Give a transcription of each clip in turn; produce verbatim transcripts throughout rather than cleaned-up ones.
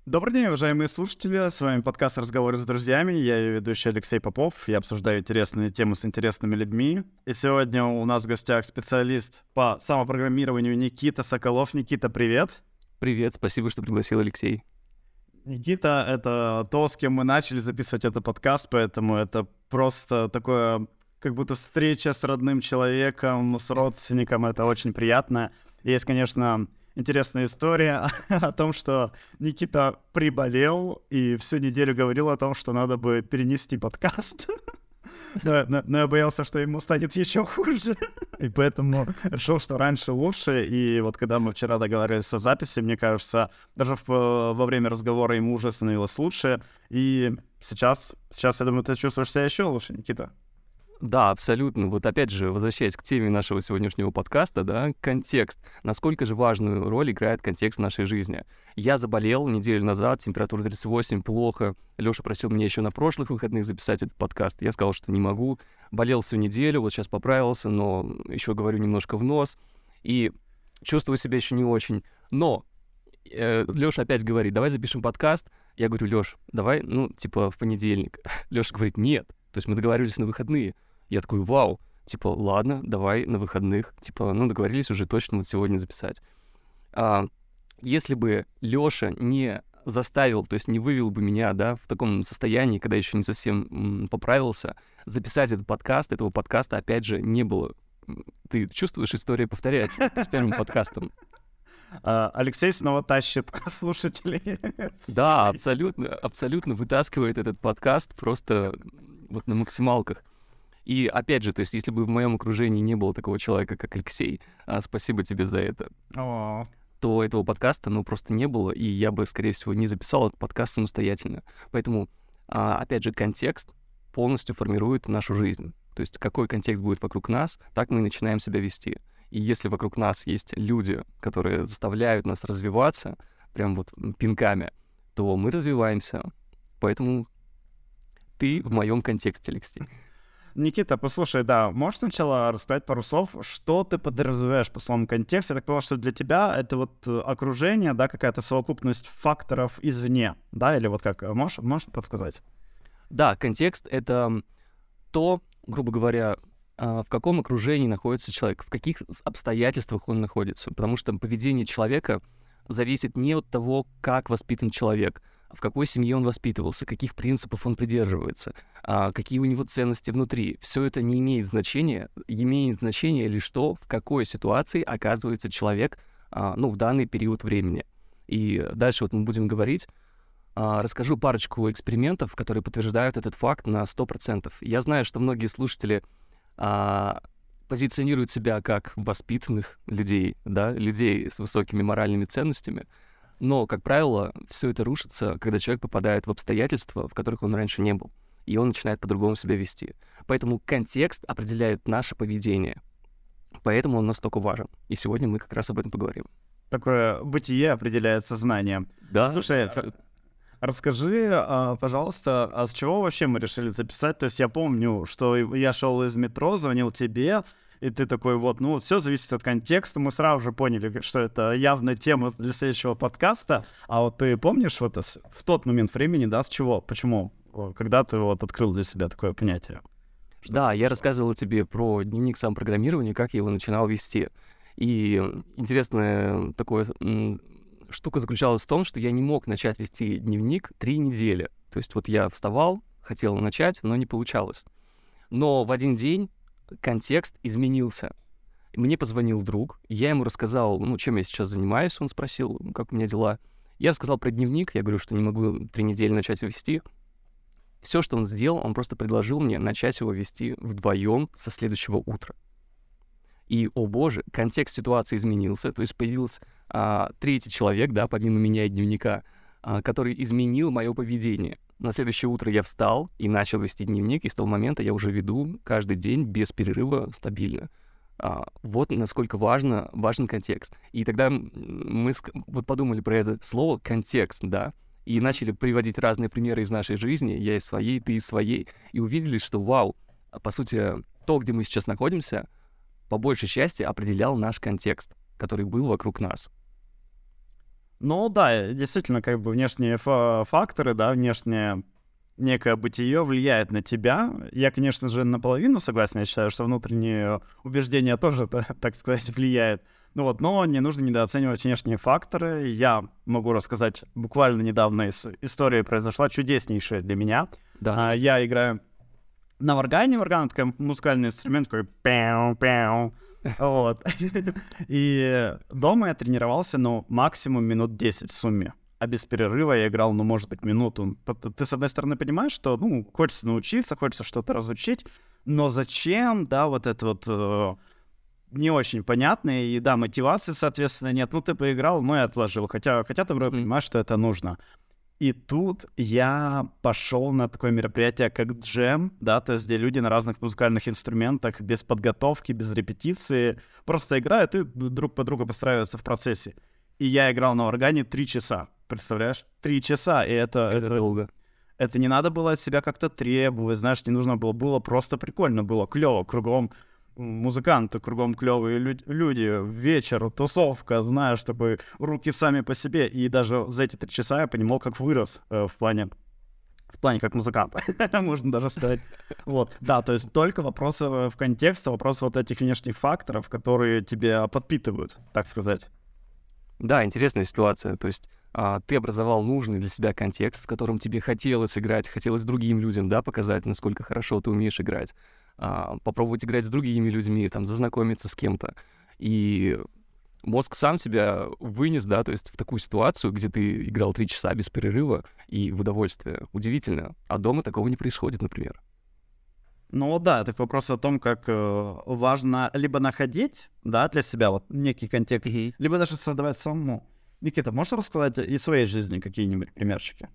Добрый день, уважаемые слушатели. С вами подкаст «Разговоры с друзьями». Я ее ведущий Алексей Попов. Я обсуждаю интересные темы с интересными людьми. И сегодня у нас в гостях специалист по самопрограммированию Никита Соколов. Никита, привет. Привет, спасибо, что пригласил, Алексей. Никита — это то, с кем мы начали записывать этот подкаст, поэтому это просто такое, как будто встреча с родным человеком, с родственником. Это очень приятно. Есть, конечно, интересная история о том, что Никита приболел и всю неделю говорил о том, что надо бы перенести подкаст. Но, но, но я боялся, что ему станет еще хуже. И поэтому решил, что раньше лучше. И вот когда мы вчера договаривались о записи, мне кажется, даже в, во время разговора ему уже становилось лучше. И сейчас, сейчас, я думаю, ты чувствуешь себя еще лучше, Никита. Да, абсолютно. Вот опять же, возвращаясь к теме нашего сегодняшнего подкаста, да, контекст. Насколько же важную роль играет контекст в нашей жизни. Я заболел неделю назад, температура тридцать восемь, плохо. Лёша просил меня еще на прошлых выходных записать этот подкаст. Я сказал, что не могу. Болел всю неделю, вот сейчас поправился, но еще говорю немножко в нос. И чувствую себя еще не очень. Но э, Лёша опять говорит, давай запишем подкаст. Я говорю, Лёш, давай, ну, типа, в понедельник. Лёша говорит, нет. То есть мы договаривались на выходные. Я такой, вау, типа, ладно, давай на выходных. Типа, ну, договорились уже точно вот сегодня записать. А, если бы Лёша не заставил, то есть не вывел бы меня, да, в таком состоянии, когда еще не совсем м, поправился, записать этот подкаст, этого подкаста, опять же, не было. Ты чувствуешь, история повторяется с первым подкастом? Uh, Алексей снова тащит слушателей. Да, абсолютно, абсолютно вытаскивает этот подкаст просто вот на максималках. И опять же, то есть если бы в моем окружении не было такого человека, как Алексей, а, спасибо тебе за это, Oh. то этого подкаста, ну, просто не было, и я бы, скорее всего, не записал этот подкаст самостоятельно. Поэтому, а, опять же, контекст полностью формирует нашу жизнь. То есть какой контекст будет вокруг нас, так мы и начинаем себя вести. И если вокруг нас есть люди, которые заставляют нас развиваться, прям вот пинками, то мы развиваемся. Поэтому ты в моем контексте, Алексей. Никита, послушай, да, можешь сначала рассказать пару слов, что ты подразумеваешь по словам контекст? Я так понял, что для тебя это вот окружение, да, какая-то совокупность факторов извне, да, или вот как, можешь, можешь подсказать? Да, контекст — это то, грубо говоря, в каком окружении находится человек, в каких обстоятельствах он находится, потому что поведение человека зависит не от того, как воспитан человек, в какой семье он воспитывался, каких принципов он придерживается, а, какие у него ценности внутри. Все это не имеет значения, имеет значение лишь то, в какой ситуации оказывается человек, а, ну, в данный период времени. И дальше вот мы будем говорить. А, расскажу парочку экспериментов, которые подтверждают этот факт на сто процентов. Я знаю, что многие слушатели а, позиционируют себя как воспитанных людей, да, людей с высокими моральными ценностями. Но, как правило, все это рушится, когда человек попадает в обстоятельства, в которых он раньше не был, и он начинает по-другому себя вести. Поэтому контекст определяет наше поведение. Поэтому он настолько важен. И сегодня мы как раз об этом поговорим. Такое бытие определяет сознание. Да. Слушай, абсолютно. Расскажи, пожалуйста, а с чего вообще мы решили записать? То есть я помню, что я шел из метро, звонил тебе, и ты такой вот, ну, все зависит от контекста. Мы сразу же поняли, что это явная тема для следующего подкаста. А вот ты помнишь вот в тот момент времени, да, с чего, почему, когда ты вот открыл для себя такое понятие? Что да, я рассказывал тебе про дневник самопрограммирования, как я его начинал вести. И интересная такая штука заключалась в том, что я не мог начать вести дневник три недели. То есть вот я вставал, хотел начать, но не получалось. Но в один день контекст изменился. Мне позвонил друг, я ему рассказал, ну, чем я сейчас занимаюсь, он спросил, как у меня дела. Я рассказал про дневник, я говорю, что не могу три недели начать вести. Все, что он сделал, он просто предложил мне начать его вести вдвоем со следующего утра. И, о боже, контекст ситуации изменился, то есть появился а, третий человек, да, помимо меня и дневника, а, который изменил мое поведение. На следующее утро я встал и начал вести дневник, и с того момента я уже веду каждый день без перерыва стабильно. А, вот насколько важно, важен контекст. И тогда мы вот подумали про это слово «контекст», да, и начали приводить разные примеры из нашей жизни, я из своей, ты из своей, и увидели, что, вау, по сути, то, где мы сейчас находимся, по большей части определял наш контекст, который был вокруг нас. Ну да, действительно, как бы внешние фа- факторы, да, внешнее некое бытие влияет на тебя. Я, конечно же, наполовину согласен, я считаю, что внутренние убеждения тоже, та- так сказать, влияют. Ну вот, но не нужно недооценивать внешние факторы. Я могу рассказать, буквально недавно из истории произошла чудеснейшая для меня. Да, А, я играю на варгане. Варган — это такой музыкальный инструмент, такой пяу-пяу. Вот. И дома я тренировался, ну, максимум минут десять в сумме. А без перерыва я играл, ну, может быть, минуту. Пот- Ты, с одной стороны, понимаешь, что, ну, хочется научиться, хочется что-то разучить, но зачем, да, вот это вот э, не очень понятно, и, да, мотивации, соответственно, нет. Ну, ты поиграл, ну, и отложил, хотя, хотя ты вроде Мгм. понимаешь, что это нужно. И тут я пошел на такое мероприятие, как джем, да, то есть где люди на разных музыкальных инструментах, без подготовки, без репетиции, просто играют и друг по другу подстраиваются в процессе. И я играл на органе три часа, представляешь? Три часа, и это, это это, долго. это не надо было от себя как-то требовать, знаешь, не нужно было, было просто прикольно, было клево, кругом музыканты, кругом клевые лю- люди, вечер, тусовка, знаешь, такой, руки сами по себе, и даже за эти три часа я понимал, как вырос э, в плане, в плане как музыкант, можно даже сказать. Вот, да, то есть только вопросы в контексте, вопросы вот этих внешних факторов, которые тебя подпитывают, так сказать. Да, интересная ситуация. То есть а, ты образовал нужный для себя контекст, в котором тебе хотелось играть, хотелось другим людям, да, показать, насколько хорошо ты умеешь играть, а, попробовать играть с другими людьми, там, зазнакомиться с кем-то. И мозг сам себя вынес, да, то есть в такую ситуацию, где ты играл три часа без перерыва и в удовольствие. Удивительно. А дома такого не происходит, например. Ну да, это вопрос о том, как э, важно либо находить, да, для себя вот некий контекст, Мгм. либо даже создавать самому. Никита, можешь рассказать из своей жизни какие-нибудь примерчики?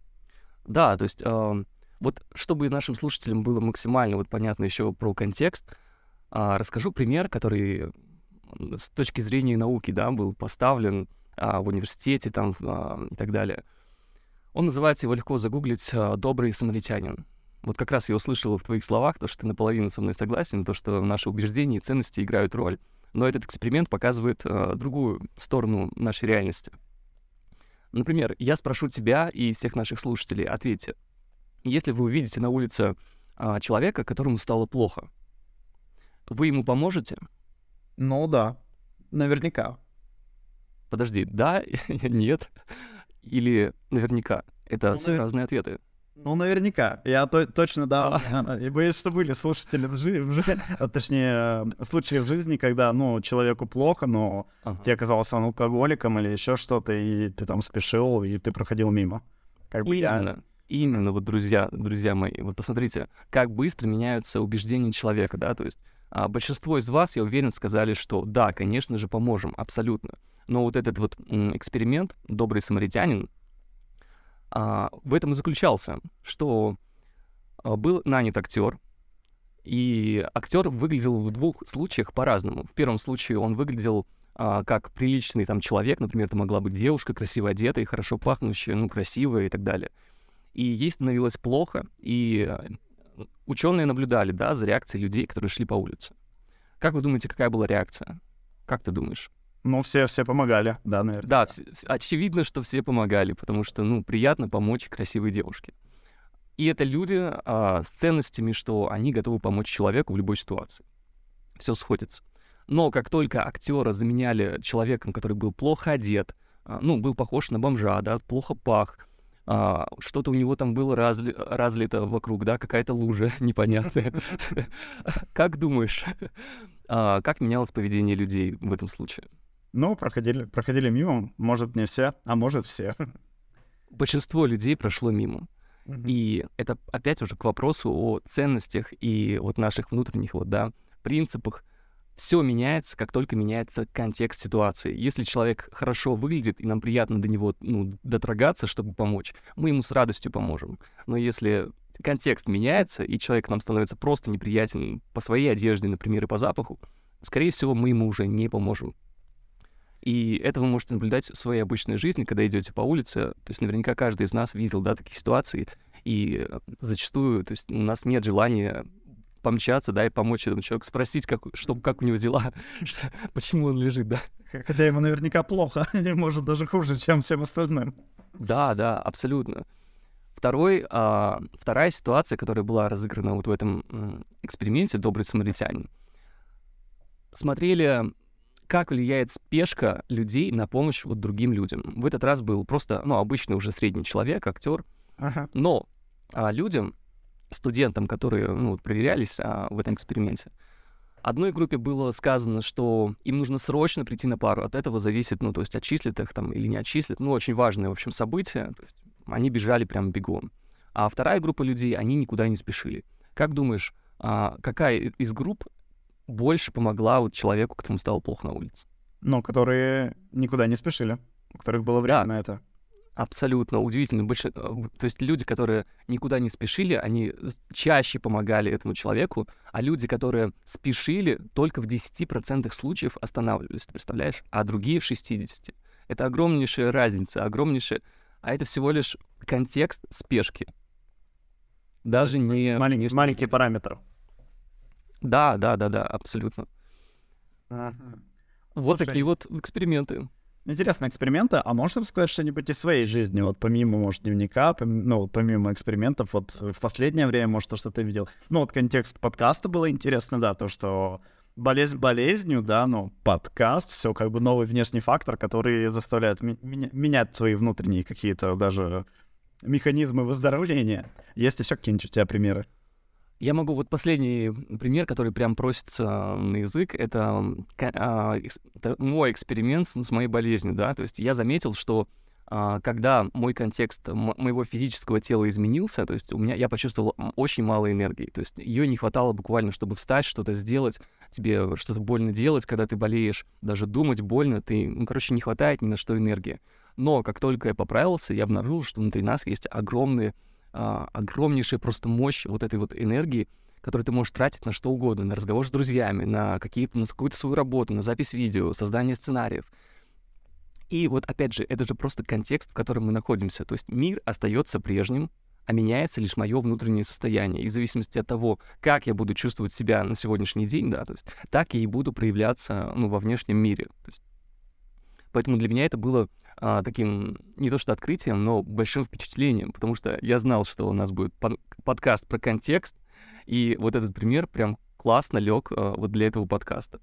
Да, то есть ам, вот чтобы нашим слушателям было максимально вот понятно еще про контекст, а, расскажу пример, который м, с точки зрения науки, да, был поставлен а, в университете там а, и так далее. Он называется, его легко загуглить, а, «Добрый самаритянин». Вот как раз я услышал в твоих словах то, что ты наполовину со мной согласен, то, что наши убеждения и ценности играют роль. Но этот эксперимент показывает а, другую сторону нашей реальности. Например, я спрошу тебя и всех наших слушателей, ответьте, если вы увидите на улице а, человека, которому стало плохо, вы ему поможете? Ну да, наверняка. Подожди, да, нет или наверняка? Это Ну, с- навер- разные ответы. ну, наверняка. Я то- точно, да, А, и боюсь, что были слушатели в жи- в жи- а, точнее, э, случаи в жизни, когда, ну, человеку плохо, но ага. тебе оказался он алкоголиком или еще что-то, и ты там спешил, и ты проходил мимо. Как бы я... Именно, именно, вот, друзья, друзья мои, вот посмотрите, как быстро меняются убеждения человека, да, то есть а, большинство из вас, я уверен, сказали, что да, конечно же, поможем, абсолютно. Но вот этот вот м, эксперимент «Добрый самаритянин» а, в этом и заключался, что а, был нанят актер, и актер выглядел в двух случаях по-разному. В первом случае он выглядел а, как приличный там человек, например, это могла быть девушка, красиво одетая, хорошо пахнущая, ну, красивая и так далее. И ей становилось плохо, и ученые наблюдали, да, за реакцией людей, которые шли по улице. Как вы думаете, какая была реакция? Как ты думаешь? Ну, все, все помогали, да, наверное. Да, вс- вс- очевидно, что все помогали, потому что, ну, приятно помочь красивой девушке. И это люди а, с ценностями, что они готовы помочь человеку в любой ситуации. Все сходится. Но как только актера заменяли человеком, который был плохо одет, а, ну, был похож на бомжа, да, плохо пах, а, что-то у него там было разли- разлито вокруг, да, какая-то лужа непонятная. Как думаешь, а, как менялось поведение людей в этом случае? Ну, проходили, проходили мимо, может, не все, а может, все. Большинство людей прошло мимо. Мгм. И это опять уже к вопросу о ценностях и вот наших внутренних вот, да, принципах. Все меняется, как только меняется контекст ситуации. Если человек хорошо выглядит, и нам приятно до него, ну, дотрагаться, чтобы помочь, мы ему с радостью поможем. Но если контекст меняется, и человек нам становится просто неприятен по своей одежде, например, и по запаху, скорее всего, мы ему уже не поможем. И это вы можете наблюдать в своей обычной жизни, когда идете по улице. То есть наверняка каждый из нас видел, да, такие ситуации. И э, зачастую, то есть у нас нет желания помчаться, да, и помочь этому человеку, спросить, как, что, как у него дела, почему он лежит, да. Хотя ему наверняка плохо, может, даже хуже, чем всем остальным. Да, да, абсолютно. Второй, а, вторая ситуация, которая была разыграна вот в этом м, эксперименте «Добрый самаритянин». Смотрели, как влияет спешка людей на помощь вот другим людям. В этот раз был просто, ну, обычный уже средний человек, актер. Ага. Но а, людям, студентам, которые, ну, вот, проверялись а, в этом эксперименте, одной группе было сказано, что им нужно срочно прийти на пару. От этого зависит, ну, то есть отчислят их там или не отчислят. Ну, очень важное, в общем, событие. То есть они бежали прям бегом. А вторая группа людей, они никуда не спешили. Как думаешь, а, какая из групп больше помогла вот человеку, которому стало плохо на улице? Ну, которые никуда не спешили, у которых было время Да. на это. Абсолютно удивительно. Больше, то есть люди, которые никуда не спешили, они чаще помогали этому человеку, а люди, которые спешили, только в десяти процентах случаев останавливались, ты представляешь? А другие в шестидесяти процентах. Это огромнейшая разница, огромнейшая... А это всего лишь контекст спешки. Даже не... Маленький, не... маленький параметр. Да, да, да, да, абсолютно. Ага. Вот Слушай, такие вот эксперименты. интересные эксперименты. А можешь рассказать что-нибудь из своей жизни? Вот помимо, может, дневника, пом- ну, помимо экспериментов, вот в последнее время, может, то, что ты видел. Ну, вот контекст подкаста было интересно, да, то, что болезнь болезнью, да, но подкаст, все как бы новый внешний фактор, который заставляет ми- меня- менять свои внутренние какие-то даже механизмы выздоровления. Есть еще какие-нибудь у тебя примеры? Я могу вот последний пример, который прям просится на язык, это, ка- а, экс- это мой эксперимент с, с моей болезнью, да, то есть я заметил, что а, когда мой контекст м- моего физического тела изменился, то есть у меня, я почувствовал м, очень мало энергии, то есть ее не хватало буквально, чтобы встать, что-то сделать, тебе что-то больно делать, когда ты болеешь, даже думать больно, ты, ну, короче, не хватает ни на что энергии. Но как только я поправился, я обнаружил, что внутри нас есть огромные а, огромнейшая просто мощь вот этой вот энергии, которую ты можешь тратить на что угодно, на разговор с друзьями, на, какие-то, на какую-то свою работу, на запись видео, создание сценариев. И вот опять же, это же просто контекст, в котором мы находимся. То есть мир остается прежним, а меняется лишь мое внутреннее состояние. И в зависимости от того, как я буду чувствовать себя на сегодняшний день, да, то есть так я и буду проявляться, ну, во внешнем мире. То есть, поэтому для меня это было а, таким не то что открытием, но большим впечатлением, потому что я знал, что у нас будет пон- подкаст про контекст, и вот этот пример прям классно лег а, вот для этого подкаста.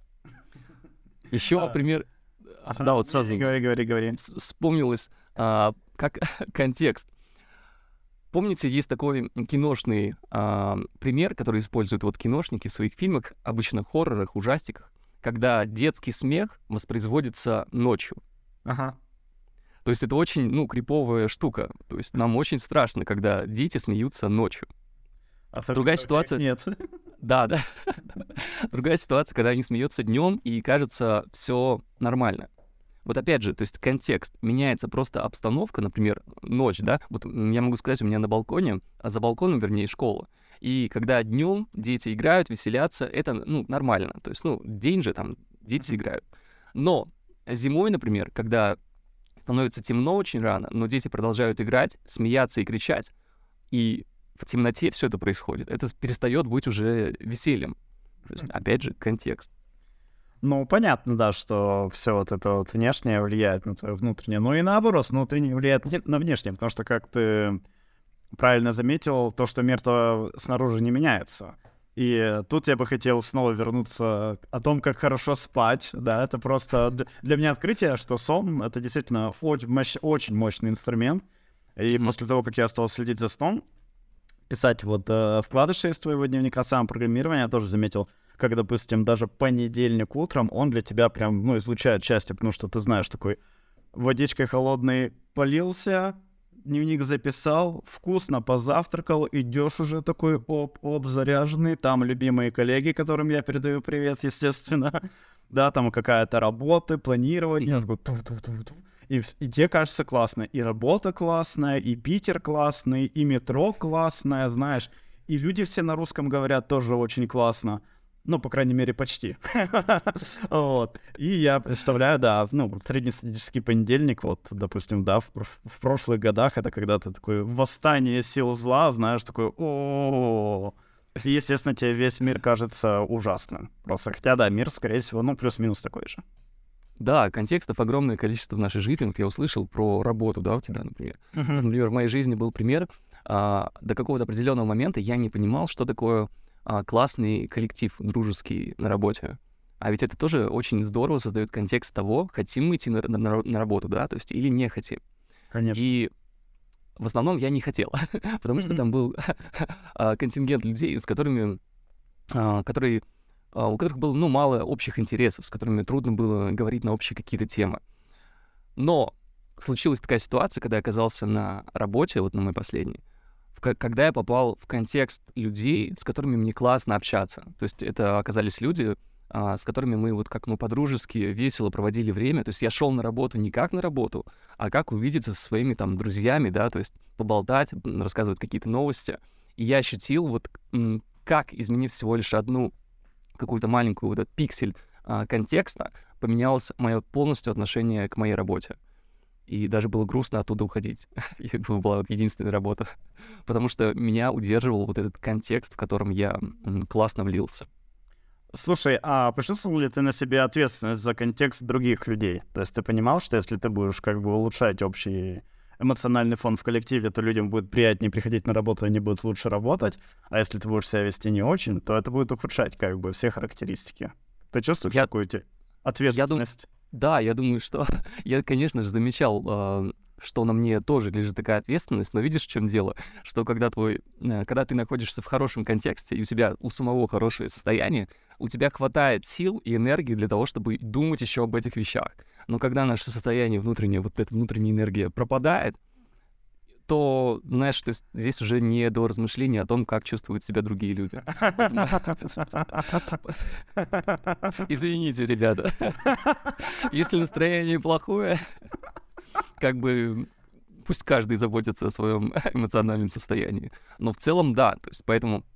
Еще А, пример, ага. да, вот сразу Говори, говори, говори. с- вспомнилось, а, как контекст. Помните, есть такой киношный а, пример, который используют вот киношники в своих фильмах, обычно хоррорах, ужастиках, когда детский смех воспроизводится ночью. Ага. То есть это очень, ну, криповая штука. То есть нам очень страшно, когда дети смеются ночью. Особенно, Другая когда ситуация... Нет. Да, да. Другая ситуация, когда они смеются днем и кажется все нормально. Вот опять же, то есть контекст, меняется просто обстановка, например, ночь, да, вот я могу сказать, у меня на балконе, а за балконом, вернее, школа, и когда днем дети играют, веселятся, это, ну, нормально, то есть, ну, день же там дети играют. Но зимой, например, когда становится темно очень рано, но дети продолжают играть, смеяться и кричать, и в темноте все это происходит, это перестает быть уже весельем. То есть, опять же, контекст. Ну, понятно, да, что все вот это вот внешнее влияет на твое внутреннее. Ну и наоборот, внутреннее влияет не- на внешнее, потому что, как ты правильно заметил, то, что мир-то снаружи не меняется. И тут я бы хотел снова вернуться о том, как хорошо спать, да, это просто д- для меня открытие, что сон — это действительно очень, мощ- очень мощный инструмент. И Мгм. после того, как я стал следить за сном, писать вот э, вкладыши из твоего дневника самопрограммирования, я тоже заметил, как, допустим, даже понедельник утром, он для тебя прям, ну, излучает счастье, потому что ты знаешь, такой водичкой холодной полился, дневник записал, вкусно позавтракал, идешь уже такой оп-оп заряженный, там любимые коллеги, которым я передаю привет, естественно, да, там какая-то работа, планирование, такой туф-туф-туф-туф. И, вс- и тебе кажется классно, и работа классная, и Питер классный, и метро классное, знаешь, и люди все на русском говорят тоже очень классно. Ну, по крайней мере, почти. Вот. И я представляю, да, ну, среднестатистический понедельник, вот, допустим, да, в, прош- в прошлых годах это когда-то такое восстание сил зла, знаешь, такое, о, И, естественно, тебе весь мир кажется ужасным. Просто, хотя, да, мир, скорее всего, ну, плюс-минус такой же. Да, контекстов огромное количество в нашей жизни. Вот я услышал про работу, да, у тебя, например. Мгм. Например, в моей жизни был пример. а, до какого-то определенного момента я не понимал, что такое а, классный коллектив, дружеский на работе. А ведь это тоже очень здорово создает контекст того, хотим мы идти на, на- на- на работу, да, то есть или не хотим. Конечно. И в основном я не хотел, потому что Мгм. там был а, контингент людей, с которыми, а, которые, а, у которых было, ну, мало общих интересов, с которыми трудно было говорить на общие какие-то темы. Но случилась такая ситуация, когда я оказался на работе, вот на моей последней, в ко- когда я попал в контекст людей, с которыми мне классно общаться. То есть это оказались люди, а, с которыми мы вот как, ну, по-дружески весело проводили время. То есть я шел на работу не как на работу, а как увидеться со своими там друзьями, да, то есть поболтать, м, рассказывать какие-то новости. И я ощутил вот м, как, изменив всего лишь одну какую-то маленькую вот этот пиксель а, контекста, поменялось мое полностью отношение к моей работе. И даже было грустно оттуда уходить. И это была вот единственная работа. Потому что меня удерживал вот этот контекст, в котором я м, классно влился. Слушай, а почувствовал ли ты на себе ответственность за контекст других людей? То есть ты понимал, что если ты будешь как бы улучшать общий эмоциональный фон в коллективе, то людям будет приятнее приходить на работу, они будут лучше работать, а если ты будешь себя вести не очень, то это будет ухудшать как бы все характеристики. Ты чувствуешь Я, какую-то я думаю, ответственность? да, я думаю, что я, конечно же, замечал, а, что на мне тоже лежит такая ответственность, но видишь, в чем дело? Что когда твой, э, когда ты находишься в хорошем контексте, и у тебя у самого хорошее состояние, у тебя хватает сил и энергии для того, чтобы думать еще об этих вещах. Но когда наше состояние внутреннее, вот эта внутренняя энергия пропадает, то, знаешь, то есть здесь уже не до размышления о том, как чувствуют себя другие люди. Поэтому извините, ребята, если настроение плохое, как бы пусть каждый заботится о своем эмоциональном состоянии. Но в целом, да, то есть поэтому,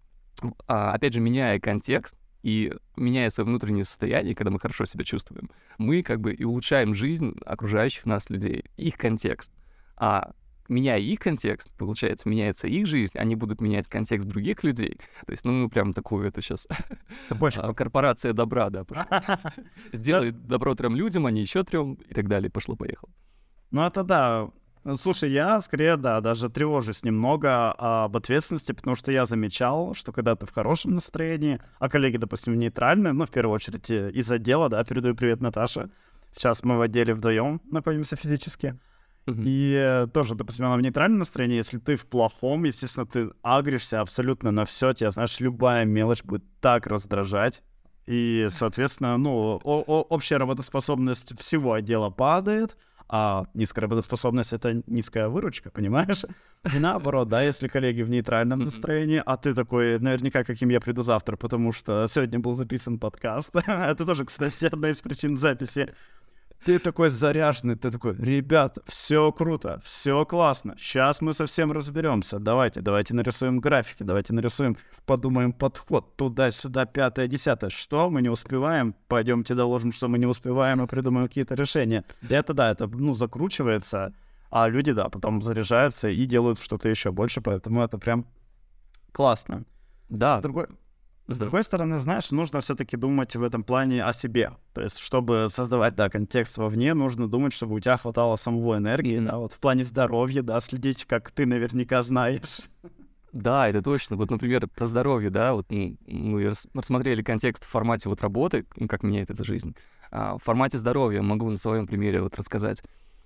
а, опять же, меняя контекст и меняя свое внутреннее состояние, когда мы хорошо себя чувствуем, мы как бы и улучшаем жизнь окружающих нас людей, их контекст. А меняя их контекст, получается, меняется их жизнь, они будут менять контекст других людей. То есть, ну, мы прям такую это сейчас Цепочка. корпорация добра, да, пошла. Сделай добро трем людям, а не еще трем, и так далее. Пошло-поехало. Ну, это да. Ну, слушай, я скорее, да, даже тревожусь немного об ответственности, потому что я замечал, что когда ты в хорошем настроении, а коллеги, допустим, нейтральные, ну, в первую очередь, э, из отдела, да, передаю привет Наташе. Сейчас мы в отделе вдвоем находимся физически. Мгм. И э, тоже, допустим, она в нейтральном настроении, если ты в плохом, естественно, ты агришься абсолютно на все, тебя, знаешь, любая мелочь будет так раздражать. И, соответственно, ну, о- о- общая работоспособность всего отдела падает, а низкая работоспособность — это низкая выручка, понимаешь? И наоборот, да, если коллеги в нейтральном Мгм. настроении, а ты такой, наверняка, каким я приду завтра, потому что сегодня был записан подкаст. Это тоже, кстати, одна из причин записи. Ты такой заряженный, ты такой: ребят, все круто, все классно, сейчас мы совсем разберемся, давайте, давайте нарисуем графики, давайте нарисуем, подумаем подход, туда-сюда, пятое, десятое, что мы не успеваем, пойдемте доложим, что мы не успеваем, и придумаем какие-то решения. И это, да, это, ну, закручивается, а люди, да, потом заряжаются и делают что-то еще больше, поэтому это прям классно. С Да. другой... С Мгм. другой стороны, знаешь, нужно все-таки думать в этом плане о себе. То есть, чтобы создавать, да, контекст вовне, нужно думать, чтобы у тебя хватало самого энергии, Мгм. да, вот в плане здоровья, да, следить, как ты наверняка знаешь. Да, это точно. Вот, например, про здоровье, да, вот м, мы рас- рассмотрели контекст в формате вот работы, м, как меняет эта жизнь. А в формате здоровья могу на своем примере вот рассказать.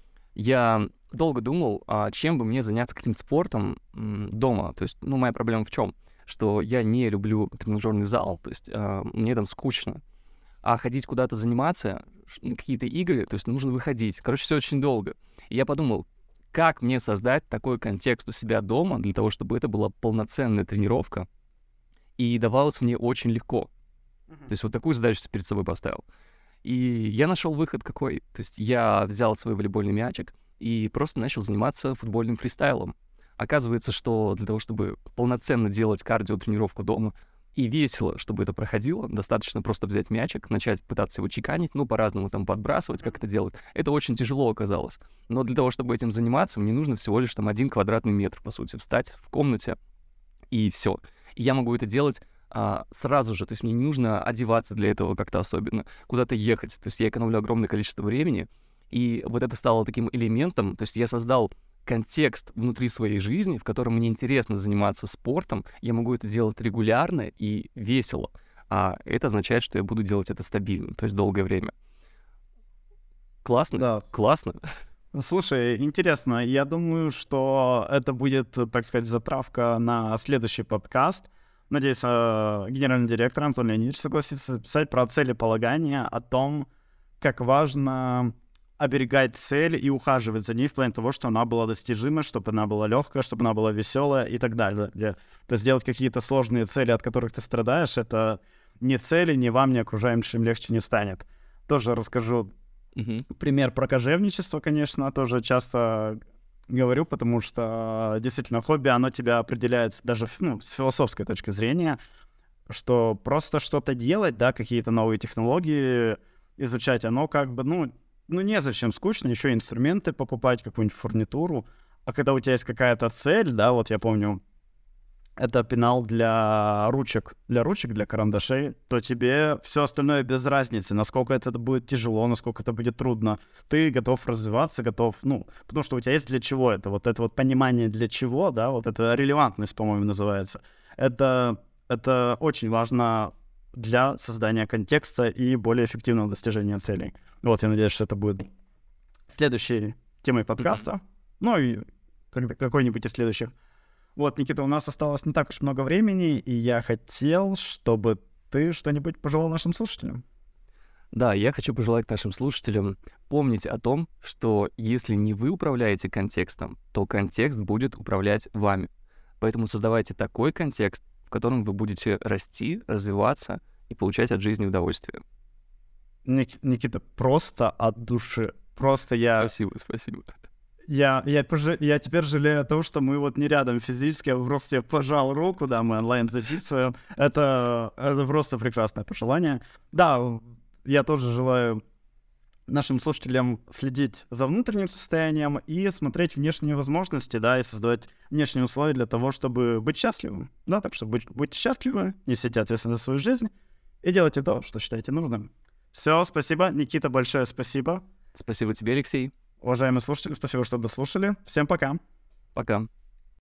Я долго думал, а чем бы мне заняться, каким спортом м, дома. То есть, ну, моя проблема в чем? Что я не люблю тренажерный зал, то есть а, мне там скучно. А ходить куда-то заниматься, ш- на какие-то игры, то есть нужно выходить. Короче, все очень долго. И я подумал, как мне создать такой контекст у себя дома для того, чтобы это была полноценная тренировка и давалось мне очень легко. То есть вот такую задачу перед собой поставил. И я нашел выход какой. То есть я взял свой волейбольный мячик и просто начал заниматься футбольным фристайлом. Оказывается, что для того, чтобы полноценно делать кардиотренировку дома и весело, чтобы это проходило, достаточно просто взять мячик, начать пытаться его чеканить, ну, по-разному там подбрасывать, как это делать. Это очень тяжело оказалось. Но для того, чтобы этим заниматься, мне нужно всего лишь там один квадратный метр, по сути, встать в комнате, и все. И я могу это делать а, сразу же, то есть мне не нужно одеваться для этого как-то особенно, куда-то ехать. То есть я экономлю огромное количество времени, и вот это стало таким элементом, то есть я создал контекст внутри своей жизни, в котором мне интересно заниматься спортом, я могу это делать регулярно и весело, а это означает, что я буду делать это стабильно, то есть долгое время. Классно? Да. Классно. Слушай, интересно, я думаю, что это будет, так сказать, затравка на следующий подкаст. Надеюсь, э, генеральный директор Антон Леонидович согласится записать про целеполагание, о том, как важно оберегать цель и ухаживать за ней в плане того, что она была достижима, чтобы она была легкая, чтобы она была веселая и так далее. То есть делать какие-то сложные цели, от которых ты страдаешь, это ни цели, ни вам, ни окружающим легче не станет. Тоже расскажу Угу. пример про кожевничество, конечно, тоже часто говорю, потому что действительно хобби, оно тебя определяет даже ну, с философской точки зрения, что просто что-то делать, да, какие-то новые технологии изучать, оно как бы, ну, ну незачем, скучно, еще инструменты покупать, какую-нибудь фурнитуру, а когда у тебя есть какая-то цель, да, вот я помню, это пенал для ручек, для ручек, для карандашей, то тебе все остальное без разницы, насколько это будет тяжело, насколько это будет трудно. Ты готов развиваться, готов, ну, потому что у тебя есть для чего это, вот это вот понимание для чего, да, вот это релевантность, по-моему, называется. Это, это очень важно для создания контекста и более эффективного достижения целей. Вот, я надеюсь, что это будет следующей темой подкаста, ну и как- какой-нибудь из следующих. Вот, Никита, у нас осталось не так уж много времени, и я хотел, чтобы ты что-нибудь пожелал нашим слушателям. Да, я хочу пожелать нашим слушателям помнить о том, что если не вы управляете контекстом, то контекст будет управлять вами. Поэтому создавайте такой контекст, в котором вы будете расти, развиваться и получать от жизни удовольствие. Ник- Никита, просто от души. Просто я... Спасибо, спасибо. Я, я, пожа- я теперь жалею о том, что мы вот не рядом физически, я просто тебе пожал руку, да, мы онлайн записываем. Это, это просто прекрасное пожелание. Да, я тоже желаю нашим слушателям следить за внутренним состоянием и смотреть внешние возможности, да, и создавать внешние условия для того, чтобы быть счастливым. Да, так что будь, будьте счастливы, несите ответственность за свою жизнь и делайте то, что считаете нужным. Все, спасибо. Никита, большое спасибо. Спасибо тебе, Алексей. Уважаемые слушатели, спасибо, что дослушали. Всем пока. Пока.